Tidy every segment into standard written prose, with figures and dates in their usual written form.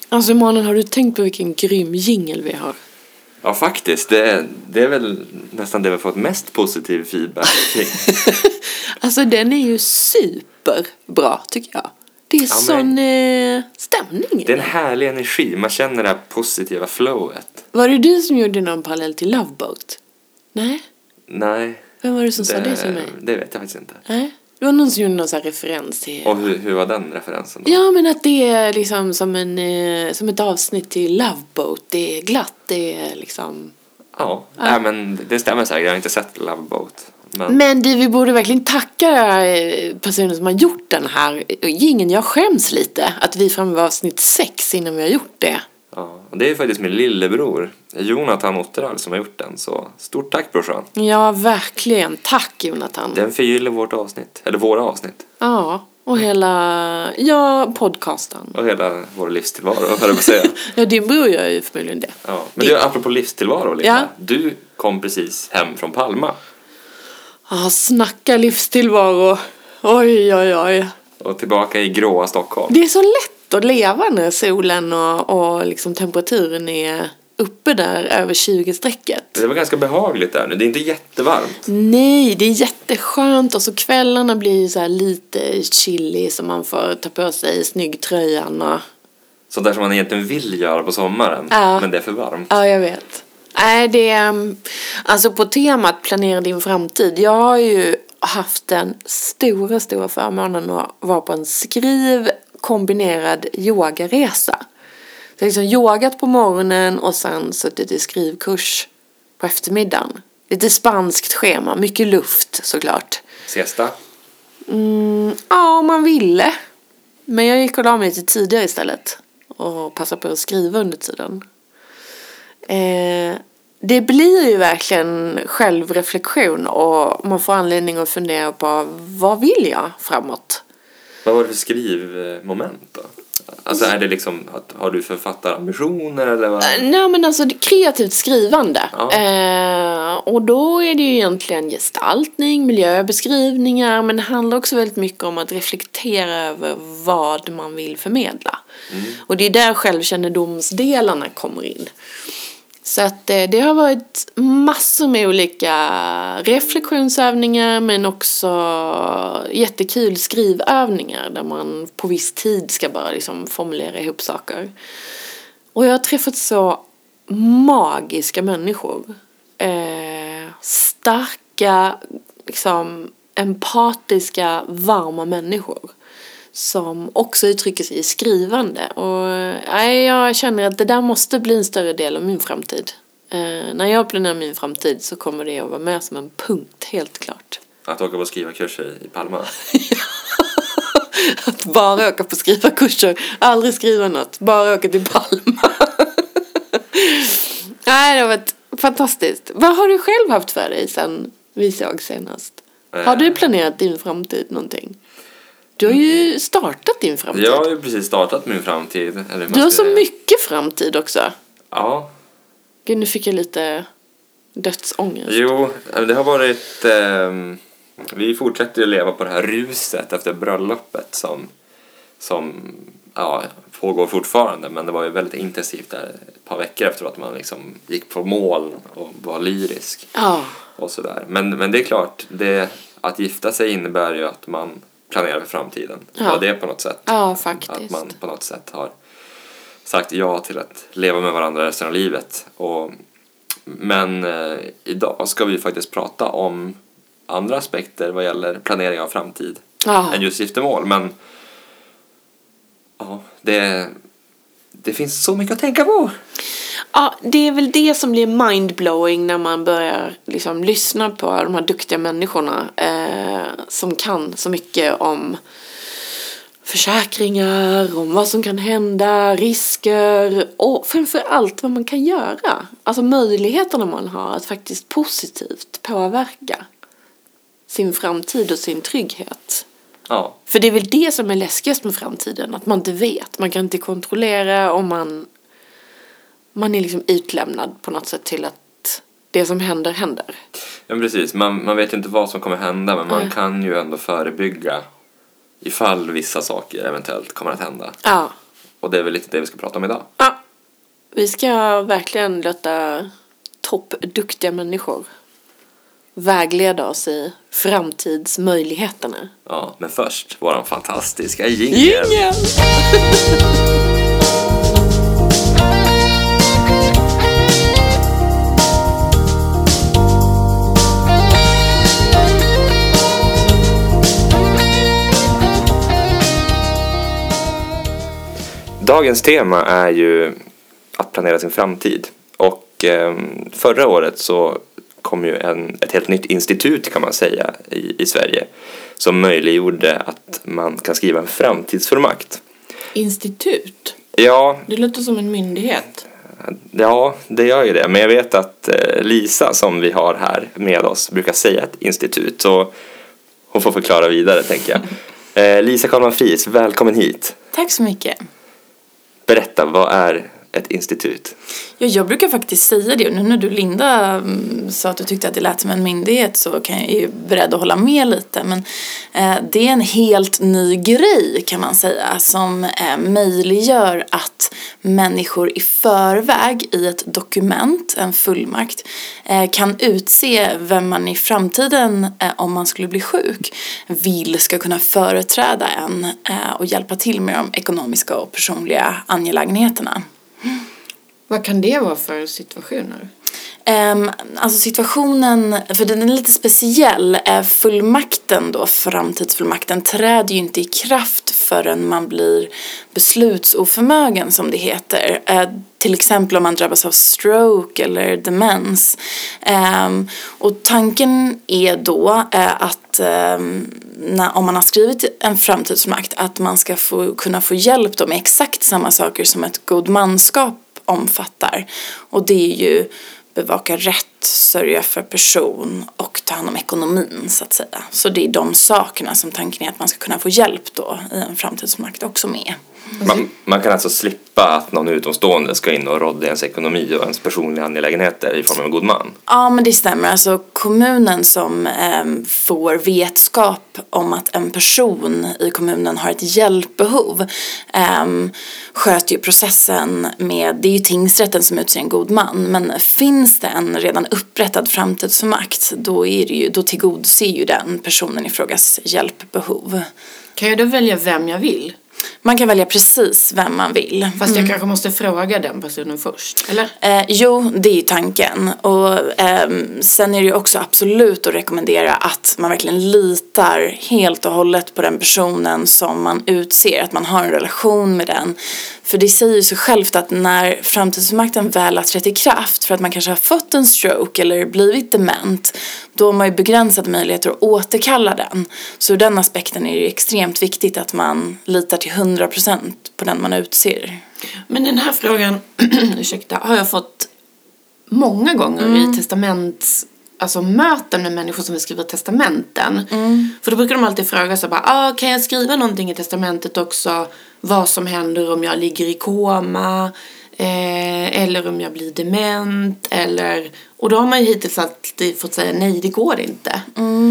Alltså Emanuel, har du tänkt på vilken grym jingle vi har? Ja, faktiskt. Det är väl nästan det vi har fått mest positiv feedback kring. Alltså den är ju superbra tycker jag. Det är sån stämning. Det är en härlig energi. Man känner det här positiva flowet. Var det du som gjorde någon parallell till Love Boat? Nej? Nej. Vem var det som sa det till mig? Det vet jag faktiskt inte. Nej? Det var någon som gjorde någon sån här referens till... Och hur var den referensen då? Ja, men att det är liksom som ett avsnitt till Love Boat. Det är glatt, det är liksom... Ja. Nej, men det stämmer säkert. Jag har inte sett Love Boat. Men vi borde verkligen tacka personen som har gjort den här jingeln. Jag skäms lite att vi är framme vid avsnitt 6 innan vi har gjort det. Ja, och det är faktiskt min lillebror Jonathan Otterall som har gjort den. Så stort tack brorsan. Ja, verkligen. Tack Jonathan. Den förgyller våra avsnitt. Ja, och hela podcasten. Och hela vår livstillvaro, hör jag på säga. Ja, din bror gör ju förmodligen det. Ja, men du, apropå livstillvaro, Linda. Ja. Du kom precis hem från Palma. Ja, snacka livstillvaro. Oj. Och tillbaka i gråa Stockholm. Det är så lätt att leva när solen och liksom temperaturen är uppe där över 20-strecket. Det var ganska behagligt där nu. Det är inte jättevarmt. Nej, det är jätteskönt. Och så kvällarna blir så här lite chilly så man får ta på sig snyggtröjan. Och... Sånt där som man egentligen vill göra på sommaren. Ja. Men det är för varmt. Ja, jag vet. Nej, det är... Alltså på temat planera din framtid. Jag har ju haft den stora förmånen att vara på en kombinerad yogaresa. Så jag har liksom yogat på morgonen och sen suttit i skrivkurs på eftermiddagen. Lite spanskt schema, mycket luft såklart. Siesta? Ja, om man ville. Men jag gick och la mig lite tidigare istället. Och passade på att skriva under tiden. Det blir ju verkligen självreflektion och man får anledning att fundera på vad vill jag framåt? Vad var det för skrivmoment då? Alltså är det liksom, har du författarambitioner eller vad? Nej, men alltså det är kreativt skrivande. Ja. Och då är det ju egentligen gestaltning, miljöbeskrivningar, men det handlar också väldigt mycket om att reflektera över vad man vill förmedla. Och det är där självkännedomsdelarna kommer in. Så att det har varit massor med olika reflektionsövningar men också jättekul skrivövningar där man på viss tid ska bara liksom formulera ihop saker. Och jag har träffat så magiska människor. Starka, liksom empatiska, varma människor. Som också uttrycker sig i skrivande. Och jag känner att det där måste bli en större del av min framtid. När jag planerar min framtid så kommer det att vara med som en punkt, helt klart. Att åka på skrivarkurser i Palma? Att bara åka på skrivarkurser. Aldrig skriva något. Bara åka till Palma. Nej, det har varit fantastiskt. Vad har du själv haft för dig sen vi såg senast? Har du planerat din framtid någonting? Du har ju startat din framtid. Jag har ju precis startat min framtid. Du har så mycket framtid också. Ja. Gud, nu fick jag lite dödsångest. Jo, det har varit... vi fortsätter att leva på det här ruset efter bröllopet som pågår fortfarande. Men det var ju väldigt intensivt där ett par veckor efteråt. Man liksom gick på mål och var lyrisk. Ja. Och sådär. Men det är klart, att gifta sig innebär ju att man planerar för framtiden. Ja. Det på något sätt. Ja, faktiskt. Att man på något sätt har sagt ja till att leva med varandra resten av livet. Men idag ska vi faktiskt prata om andra aspekter vad gäller planering av framtid än just giftermål. Men ja, det finns så mycket att tänka på. Ja, det är väl det som blir mindblowing när man börjar liksom lyssna på de här duktiga människorna som kan så mycket om försäkringar, om vad som kan hända, risker och framförallt vad man kan göra. Alltså möjligheterna man har att faktiskt positivt påverka sin framtid och sin trygghet. Ja. För det är väl det som är läskigast med framtiden, att man inte vet. Man kan inte kontrollera om man är liksom utlämnad på något sätt till att det som händer. Ja, precis. Man vet inte vad som kommer hända, men man kan ju ändå förebygga ifall vissa saker eventuellt kommer att hända. Ja. Och det är väl lite det vi ska prata om idag. Ja, vi ska verkligen låta toppduktiga människor vägleda oss i framtidsmöjligheterna. Ja, men först våran fantastiska jingle. Dagens tema är ju att planera sin framtid. Och förra året så kom ju ett helt nytt institut kan man säga i Sverige som möjliggjorde att man kan skriva en framtidsfullmakt. Institut? Ja. Det låter som en myndighet. Ja, det gör ju det. Men jag vet att Lisa som vi har här med oss brukar säga ett institut. Så hon får förklara vidare tänker jag. Lisa Karlman-Fries, välkommen hit. Tack så mycket. Berätta, vad är ett institut? Ja, jag brukar faktiskt säga det. Och nu när du, Linda, sa att du tyckte att det lät som en myndighet så kan jag ju beredd att hålla med lite. Men det är en helt ny grej kan man säga som möjliggör att människor i förväg i ett dokument, en fullmakt, kan utse vem man i framtiden, om man skulle bli sjuk, ska kunna företräda en och hjälpa till med de ekonomiska och personliga angelägenheterna. Vad kan det vara för situationer? Alltså situationen, för den är lite speciell, fullmakten då, framtidsfullmakten träder ju inte i kraft förrän man blir beslutsoförmögen som det heter. Till exempel om man drabbas av stroke eller demens. Och tanken är då att om man har skrivit en framtidsfullmakt att man ska kunna få hjälp då med exakt samma saker som ett godmanskap omfattar. Och det är ju bevaka rätt, sörja för person och ta hand om ekonomin så att säga. Så det är de sakerna som tanken är att man ska kunna få hjälp då i en framtidsfullmakt också med. Man kan alltså slippa att någon utomstående ska in och råda ens ekonomi och ens personliga angelägenheter i form av en god man? Ja, men det stämmer. Alltså kommunen som får vetskap om att en person i kommunen har ett hjälpbehov sköter ju processen med, det är ju tingsrätten som utser en god man, men finns det en redan upprättad framtidsfullmakt då tillgodoser ju den personen i frågas hjälpbehov. Kan jag då välja vem jag vill? Man kan välja precis vem man vill. Fast jag kanske måste fråga den personen först, eller? Jo, det är ju tanken. Och sen är det ju också absolut att rekommendera att man verkligen litar helt och hållet på den personen som man utser. Att man har en relation med den. För det säger ju sig självt att när framtidsfullmakten väl har trätt i kraft för att man kanske har fått en stroke eller blivit dement, då har man ju begränsade möjligheter att återkalla den. Så ur den aspekten är det ju extremt viktigt att man litar till 100% på den man utser. Men den här frågan har jag fått många gånger i testaments, alltså möten med människor som vill skriva testamenten. För då brukar de alltid fråga så bara, kan jag skriva någonting i testamentet också? Vad som händer om jag ligger i koma eller om jag blir dement och då har man ju hittills alltid fått säga nej, det går inte.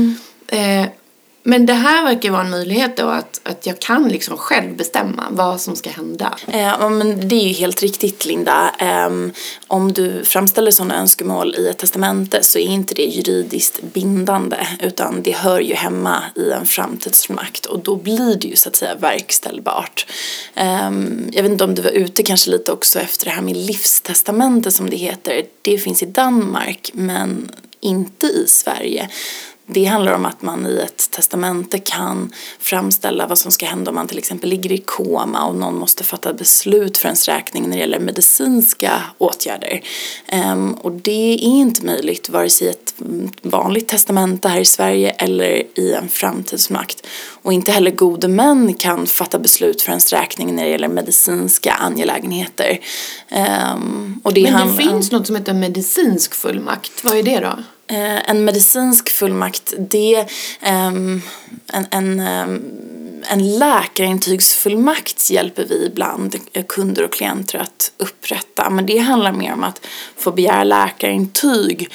Men det här verkar vara en möjlighet då att jag kan liksom själv bestämma vad som ska hända. Men det är ju helt riktigt, Linda. Om du framställer sådana önskemål i ett testamente så är inte det juridiskt bindande utan det hör ju hemma i en framtidsfullmakt och då blir det ju så att säga verkställbart. Jag vet inte om du var ute kanske lite också efter det här med livstestamente som det heter. Det finns i Danmark men inte i Sverige. Det handlar om att man i ett testamente kan framställa vad som ska hända om man till exempel ligger i koma och någon måste fatta beslut för ens räkning när det gäller medicinska åtgärder. Och det är inte möjligt vare sig i ett vanligt testamente här i Sverige eller i en framtidsfullmakt. Och inte heller gode män kan fatta beslut för ens räkning när det gäller medicinska angelägenheter. Och men det finns något som heter medicinsk fullmakt. Vad är det då? En medicinsk fullmakt, det en läkarintygsfullmakt hjälper vi ibland kunder och klienter att upprätta. Men det handlar mer om att få begära läkarintyg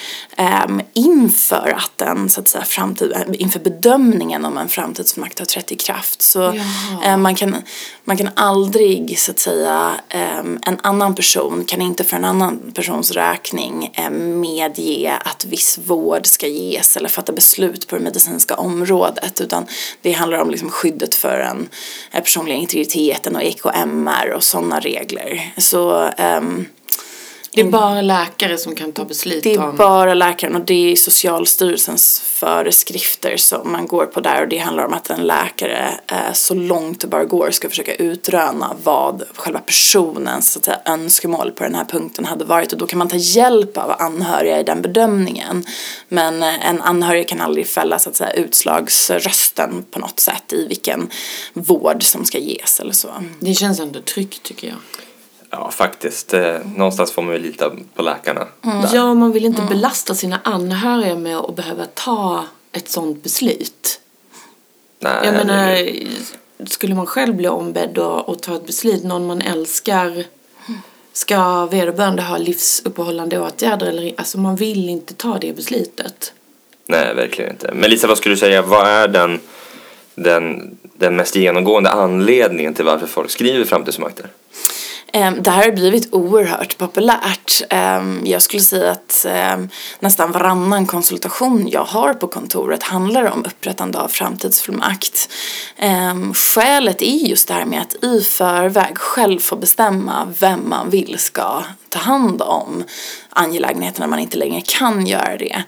inför att en, så att säga, inför bedömningen om en framtidsfullmakt har trätt i kraft. Så man kan aldrig, så att säga, en annan person kan inte för en annan persons räkning medge att viss vård ska ges eller fatta beslut på det medicinska området, utan det handlar om liksom skyddet för en personliga integriteten och EKMR och sådana regler. Så det är bara läkare som kan ta beslut. Det är bara läkaren, och det är Socialstyrelsens föreskrifter som man går på där, och det handlar om att en läkare så långt det bara går ska försöka utröna vad själva personens, så att säga, önskemål på den här punkten hade varit, och då kan man ta hjälp av anhöriga i den bedömningen, men en anhörig kan aldrig fälla, så att säga, utslagsrösten på något sätt i vilken vård som ska ges eller så. Det känns ändå tryggt, tycker jag. Ja, faktiskt. Någonstans får man väl lita på läkarna. Ja, man vill inte belasta sina anhöriga med att behöva ta ett sånt beslut. Nej, jag menar, skulle man själv bli ombedd och ta ett beslut, någon man älskar, ska vederbörande ha livsuppehållande åtgärder? Eller, alltså man vill inte ta det beslutet. Nej, verkligen inte. Men Lisa, vad skulle du säga, vad är den mest genomgående anledningen till varför folk skriver framtidsfullmakter? Det här har blivit oerhört populärt. Jag skulle säga att nästan varannan konsultation jag har på kontoret handlar om upprättande av framtidsfullmakt. Skälet är just det här med att i förväg själv få bestämma vem man vill ska ta hand om angelägenheter när man inte längre kan göra det.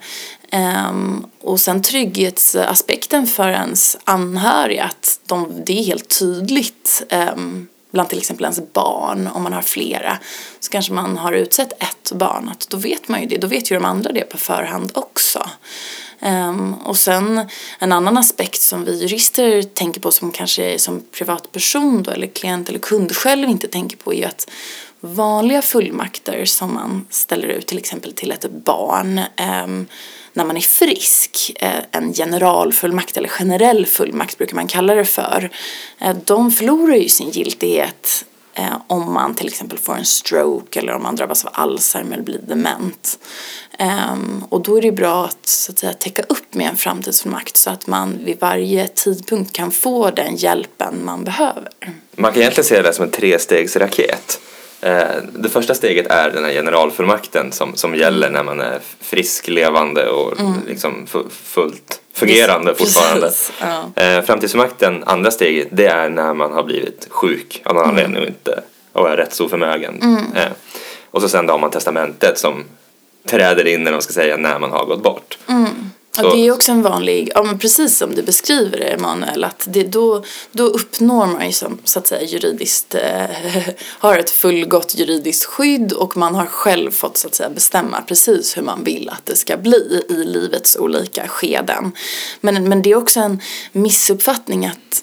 Och sen trygghetsaspekten för ens anhöriga, att det är helt tydligt bland till exempel ens barn, om man har flera, så kanske man har utsett ett barn, att då vet man ju det, då vet ju de andra det på förhand också. Och sen en annan aspekt som vi jurister tänker på, som kanske som privatperson då, eller klient eller kund själv inte tänker på, är ju att vanliga fullmakter som man ställer ut till exempel till ett barn när man är frisk, en generalfullmakt eller generell fullmakt brukar man kalla det för, de förlorar ju sin giltighet om man till exempel får en stroke eller om man drabbas av Alzheimer eller blir dement. Och då är det bra att, så att säga, täcka upp med en framtidsfullmakt så att man vid varje tidpunkt kan få den hjälpen man behöver. Man kan egentligen se det som en 3-stegsraket. Det första steget är den här generalfullmakten som gäller när man är frisk, levande och liksom fullt fungerande fortfarande. Framtidsfullmakten, andra steget, det är när man har blivit sjuk av någon anledning och inte och är rätt så förmögen. Och så sen då har man testamentet som träder in, när man ska säga, när man har gått bort. Och det är också en vanlig, men precis som du beskriver det, Emanuel, att då uppnår man ju som, så att säga, juridiskt har ett fullgott juridiskt skydd, och man har själv fått, så att säga, bestämma precis hur man vill att det ska bli i livets olika skeden. Men det är också en missuppfattning att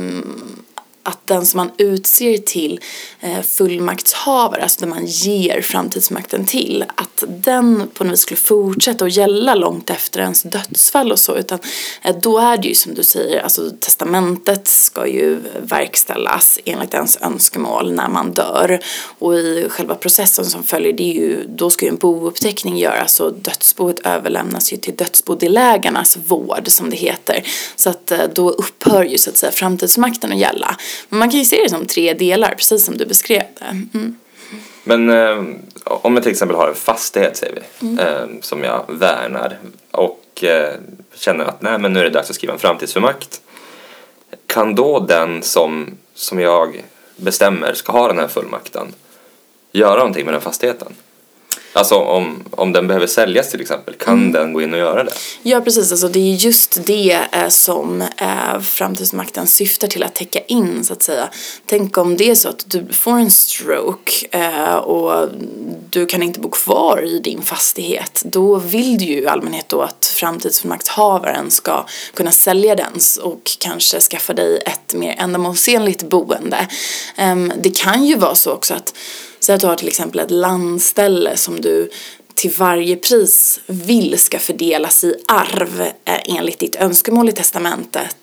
den som man utser till fullmaktshavare, alltså där man ger framtidsmakten till, att den på något vis skulle fortsätta att gälla långt efter ens dödsfall och så, utan då är det ju som du säger, alltså testamentet ska ju verkställas enligt ens önskemål när man dör, och i själva processen som följer det är ju, då ska ju en bouppteckning göras och dödsboet överlämnas ju till dödsbodelägarnas vård, som det heter, så att då upphör ju, så att säga, framtidsmakten att gälla. Men man kan ju se det som 3 delar, precis som du beskrev det. Men om jag till exempel har en fastighet, säger vi, som jag värnar och känner att nej, men nu är det dags att skriva en framtidsfullmakt, kan då den som jag bestämmer ska ha den här fullmakten göra någonting med den fastigheten? Alltså om den behöver säljas till exempel, kan den gå in och göra det? Ja, precis. Alltså det är just det som framtidsmakten syftar till att täcka in, så att säga. Tänk om det är så att du får en stroke och du kan inte bo kvar i din fastighet. Då vill du ju i allmänhet då att framtidsfullmaktshavaren ska kunna sälja den och kanske skaffa dig ett mer ändamålsenligt boende. Det kan ju vara så också att, så att du har till exempel ett landställe som du till varje pris vill ska fördelas i arv enligt ditt önskemål i testamentet.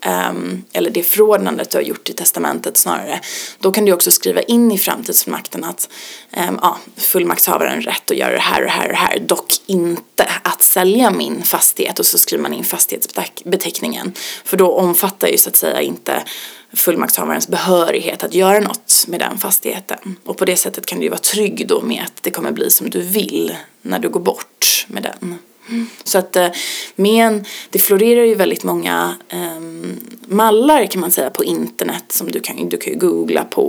eller det förordnandet du har gjort i testamentet snarare, då kan du också skriva in i framtidsfullmakten att fullmaktshavaren rätt att göra det här och det här och det här, dock inte att sälja min fastighet, och så skriver man in fastighetsbeteckningen, för då omfattar ju så att säga inte fullmaktshavarens behörighet att göra något med den fastigheten. Och på det sättet kan du ju vara trygg då med att det kommer bli som du vill när du går bort med den. Så att det florerar ju väldigt många mallar kan man säga på internet som du kan ju googla på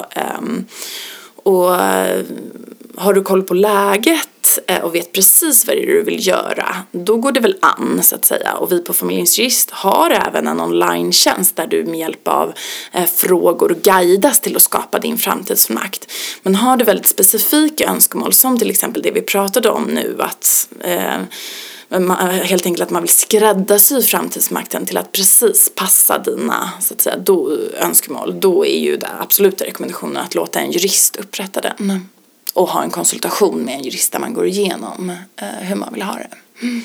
och har du koll på läget och vet precis vad det är du vill göra, då går det väl an så att säga. Och vi på Familjens Jurist har även en online-tjänst där du med hjälp av frågor guidas till att skapa din framtidsfullmakt. Men har du väldigt specifika önskemål, som till exempel det vi pratade om nu, att helt enkelt att man vill skräddarsy framtidsmakten till att precis passa dina så att säga, önskemål, då är ju det absoluta rekommendationen att låta en jurist upprätta den och ha en konsultation med en jurist där man går igenom hur man vill ha det.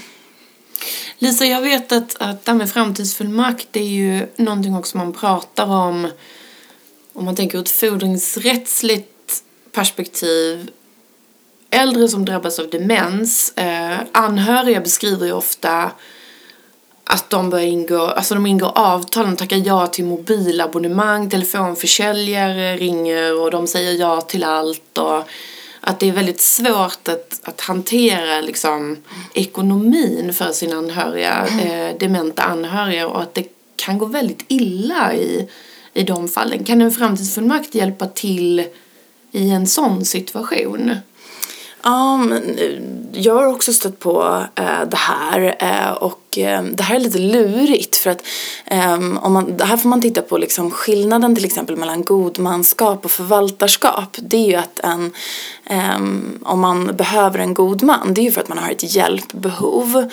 Lisa, jag vet att det här med framtidsfullmakt, det är ju någonting också man pratar om man tänker ur ett fordringsrättsligt perspektiv. Äldre som drabbas av demens, anhöriga beskriver ju ofta att de ingår avtal, de tackar ja till mobilabonnemang, telefonförsäljare ringer och de säger ja till allt, och att det är väldigt svårt att hantera liksom ekonomin för sina anhöriga, dementa anhöriga, och att det kan gå väldigt illa i de fallen. Kan en framtidsfullmakt hjälpa till i en sån situation? Ja, men jag har också stött på det här och det här är lite lurigt, för att det här får man titta på liksom skillnaden till exempel mellan godmanskap och förvaltarskap. Det är ju att om man behöver en god man, det är ju för att man har ett hjälpbehov.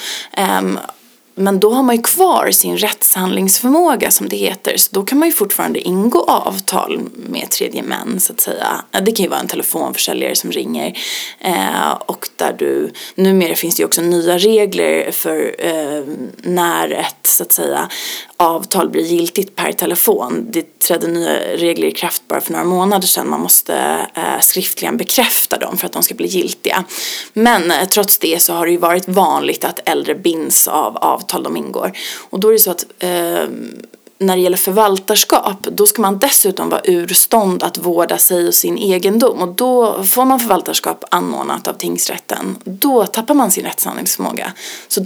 Men då har man ju kvar sin rättshandlingsförmåga som det heter. Så då kan man ju fortfarande ingå avtal med tredje män så att säga. Det kan ju vara en telefonförsäljare som ringer. Och där numera finns det ju också nya regler för när ett så att säga avtal blir giltigt per telefon. Det trädde nya regler i kraft bara för några månader sedan. Man måste skriftligen bekräfta dem för att de ska bli giltiga. Men trots det så har det ju varit vanligt att äldre binds av avtal de ingår. Och då är det så att när det gäller förvaltarskap, då ska man dessutom vara ur stånd att vårda sig och sin egendom. Och då får man förvaltarskap anordnat av tingsrätten. Då tappar man sin rättshandlingsförmåga. Så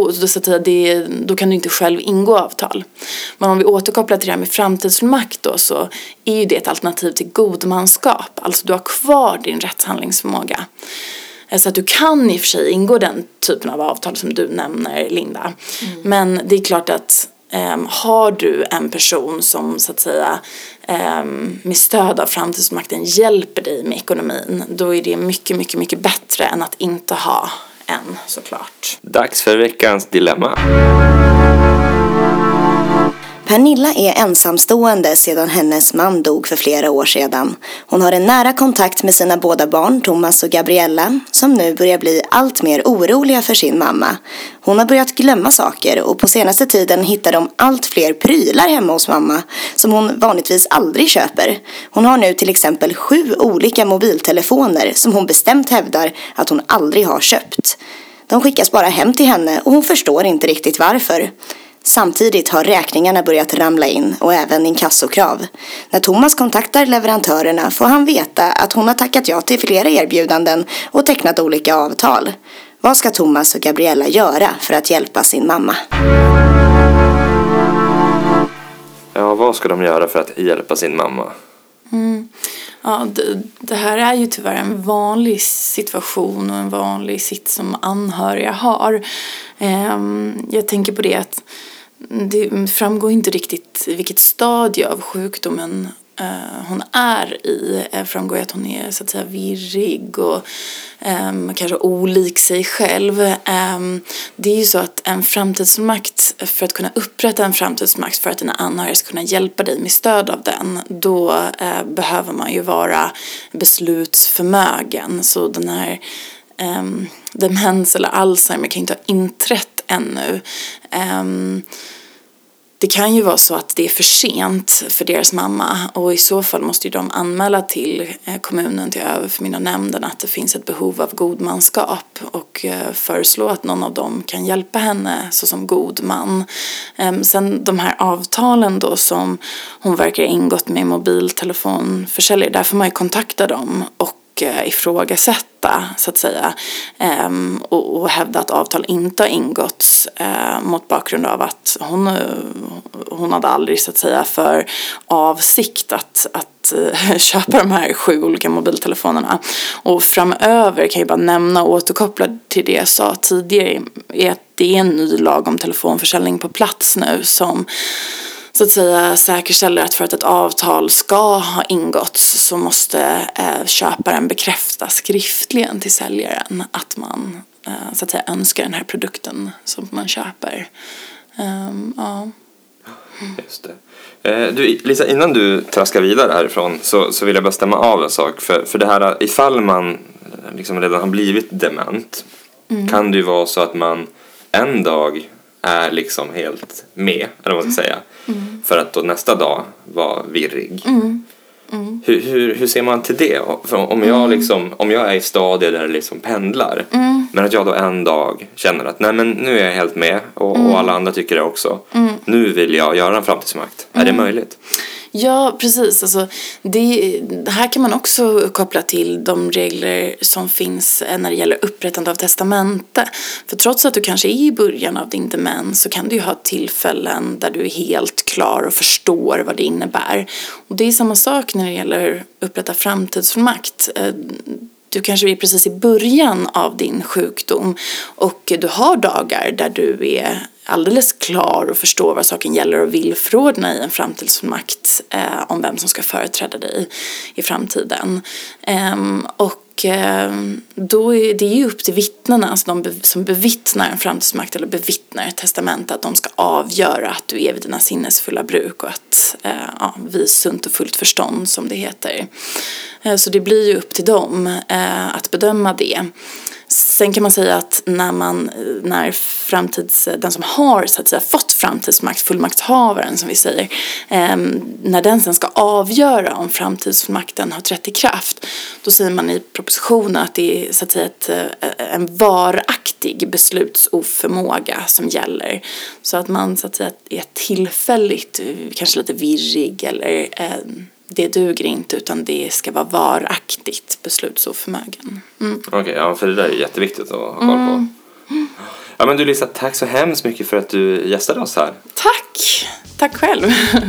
då kan du inte själv ingå avtal. Men om vi återkopplar till det här med framtidsfullmakt då, så är ju det ett alternativ till godmanskap. Alltså du har kvar din rättshandlingsförmåga. Så att du kan i och för sig ingå den typen av avtal som du nämner, Linda. Men det är klart att har du en person som så att säga med stöd av framtidsfullmakten hjälper dig med ekonomin, då är det mycket, mycket, mycket bättre än att inte ha en, såklart. Dags för veckans dilemma. Pernilla är ensamstående sedan hennes man dog för flera år sedan. Hon har en nära kontakt med sina båda barn, Thomas och Gabriella, som nu börjar bli allt mer oroliga för sin mamma. Hon har börjat glömma saker och på senaste tiden hittar de allt fler prylar hemma hos mamma som hon vanligtvis aldrig köper. Hon har nu till exempel 7 olika mobiltelefoner som hon bestämt hävdar att hon aldrig har köpt. De skickas bara hem till henne och hon förstår inte riktigt varför. Samtidigt har räkningarna börjat ramla in och även inkassokrav. När Thomas kontaktar leverantörerna får han veta att hon har tackat ja till flera erbjudanden och tecknat olika avtal. Vad ska Thomas och Gabriella göra för att hjälpa sin mamma? Ja, vad ska de göra för att hjälpa sin mamma? Ja, det här är ju tyvärr en vanlig situation och en vanlig sits som anhöriga har. Jag tänker på det att det framgår inte riktigt vilket stadie av sjukdomen hon är i. Framgår att hon är så att säga virrig och kanske olik sig själv. Det är ju så att en framtidsfullmakt, för att kunna upprätta en framtidsfullmakt för att dina anhöriga ska kunna hjälpa dig med stöd av den, då behöver man ju vara beslutsförmögen. Så den här demens eller Alzheimer kan inte ha inträtt ännu. det kan ju vara så att det är för sent för deras mamma, och i så fall måste ju de anmäla till kommunen, till överförmyndarnämnden, att det finns ett behov av godmanskap och föreslå att någon av dem kan hjälpa henne så som god man. Sen de här avtalen då som hon verkar ha ingått med mobiltelefonförsäljare, där får man ju kontakta dem och ifrågasätta så att säga, och hävda att avtal inte har ingåtts mot bakgrund av att hon hade aldrig så att säga för avsikt att köpa de här 7 olika mobiltelefonerna. Och framöver kan jag bara nämna och återkoppla till det jag sa tidigare, är att det är en ny lag om telefonförsäljning på plats nu som så att säga säkerställer att för att ett avtal ska ha ingåtts så måste köparen bekräfta skriftligen till säljaren att man så att säga önskar den här produkten som man köper. Ja. Just det. Du, Lisa, innan du traskar vidare härifrån så vill jag bara stämma av en sak. För det här, ifall man liksom redan har blivit dement, kan det ju vara så att man en dag är liksom helt med, eller vad man ska säga, för att då nästa dag vara virrig. Hur ser man till det? För om jag är i stadier där det liksom pendlar, men att jag då en dag känner att nej, men nu är jag helt med och alla andra tycker det också. Nu vill jag göra en framtidsmakt. Är det möjligt? Ja, precis. Alltså, det här kan man också koppla till de regler som finns när det gäller upprättande av testamente. För trots att du kanske är i början av din demens så kan du ju ha tillfällen där du är helt klar och förstår vad det innebär. Och det är samma sak när det gäller upprätta framtidsfullmakt. Du kanske är precis i början av din sjukdom och du har dagar där du är alldeles klar och förstår vad saken gäller och vill förordna i en framtidsfullmakt om vem som ska företräda dig i framtiden. Då är det ju upp till vittnena, alltså de som bevittnar en framtidsmakt eller bevittnar ett testamente, att de ska avgöra att du är vid dina sinnesfulla bruk och att vis sunt och fullt förstånd, som det heter. Så det blir ju upp till dem att bedöma det. Sen kan man säga att när den som har så att säga fått framtidsmakt, fullmaktshavaren som vi säger, när den sen ska avgöra om framtidsfullmakten har trätt i kraft, då säger man i propositionen att det är så att säga en varaktig beslutsoförmåga som gäller. Så att man så att säga är tillfälligt kanske lite virrig eller det duger inte, utan det ska vara varaktigt beslutsoförmögen. Okej, ja, för det där är jätteviktigt att ha koll på. Ja, men du Lisa, tack så hemskt mycket för att du gästade oss här. Tack själv.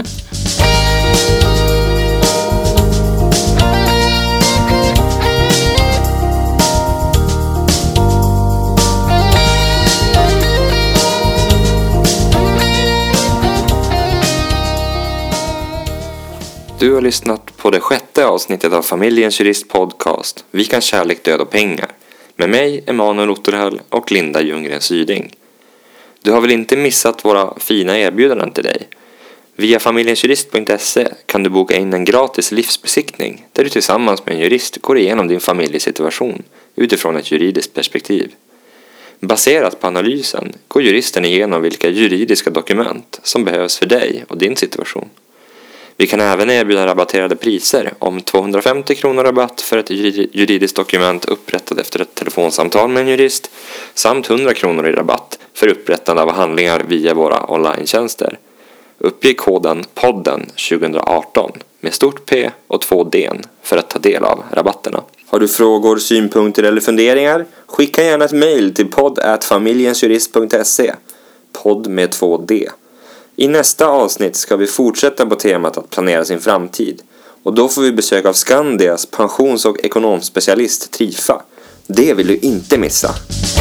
Du har lyssnat på det 6:e avsnittet av Familjens Jurist podcast. Vi kan kärlek, död och pengar. Med mig, Emanuel Otterhöll och Linda Ljunggren Syding. Du har väl inte missat våra fina erbjudanden till dig? Via familjensjurist.se kan du boka in en gratis livsbesiktning där du tillsammans med en jurist går igenom din familjesituation utifrån ett juridiskt perspektiv. Baserat på analysen går juristen igenom vilka juridiska dokument som behövs för dig och din situation. Vi kan även erbjuda rabatterade priser om 250 kronor rabatt för ett juridiskt dokument upprättat efter ett telefonsamtal med en jurist samt 100 kronor i rabatt för upprättande av handlingar via våra online-tjänster. Uppge koden podden 2018 med stort P och 2 D för att ta del av rabatterna. Har du frågor, synpunkter eller funderingar? Skicka gärna ett mejl till podd@familjensjurist.se. Podd med 2 D. I nästa avsnitt ska vi fortsätta på temat att planera sin framtid. Och då får vi besök av Skandias pensions- och ekonomspecialist Trifa. Det vill du inte missa.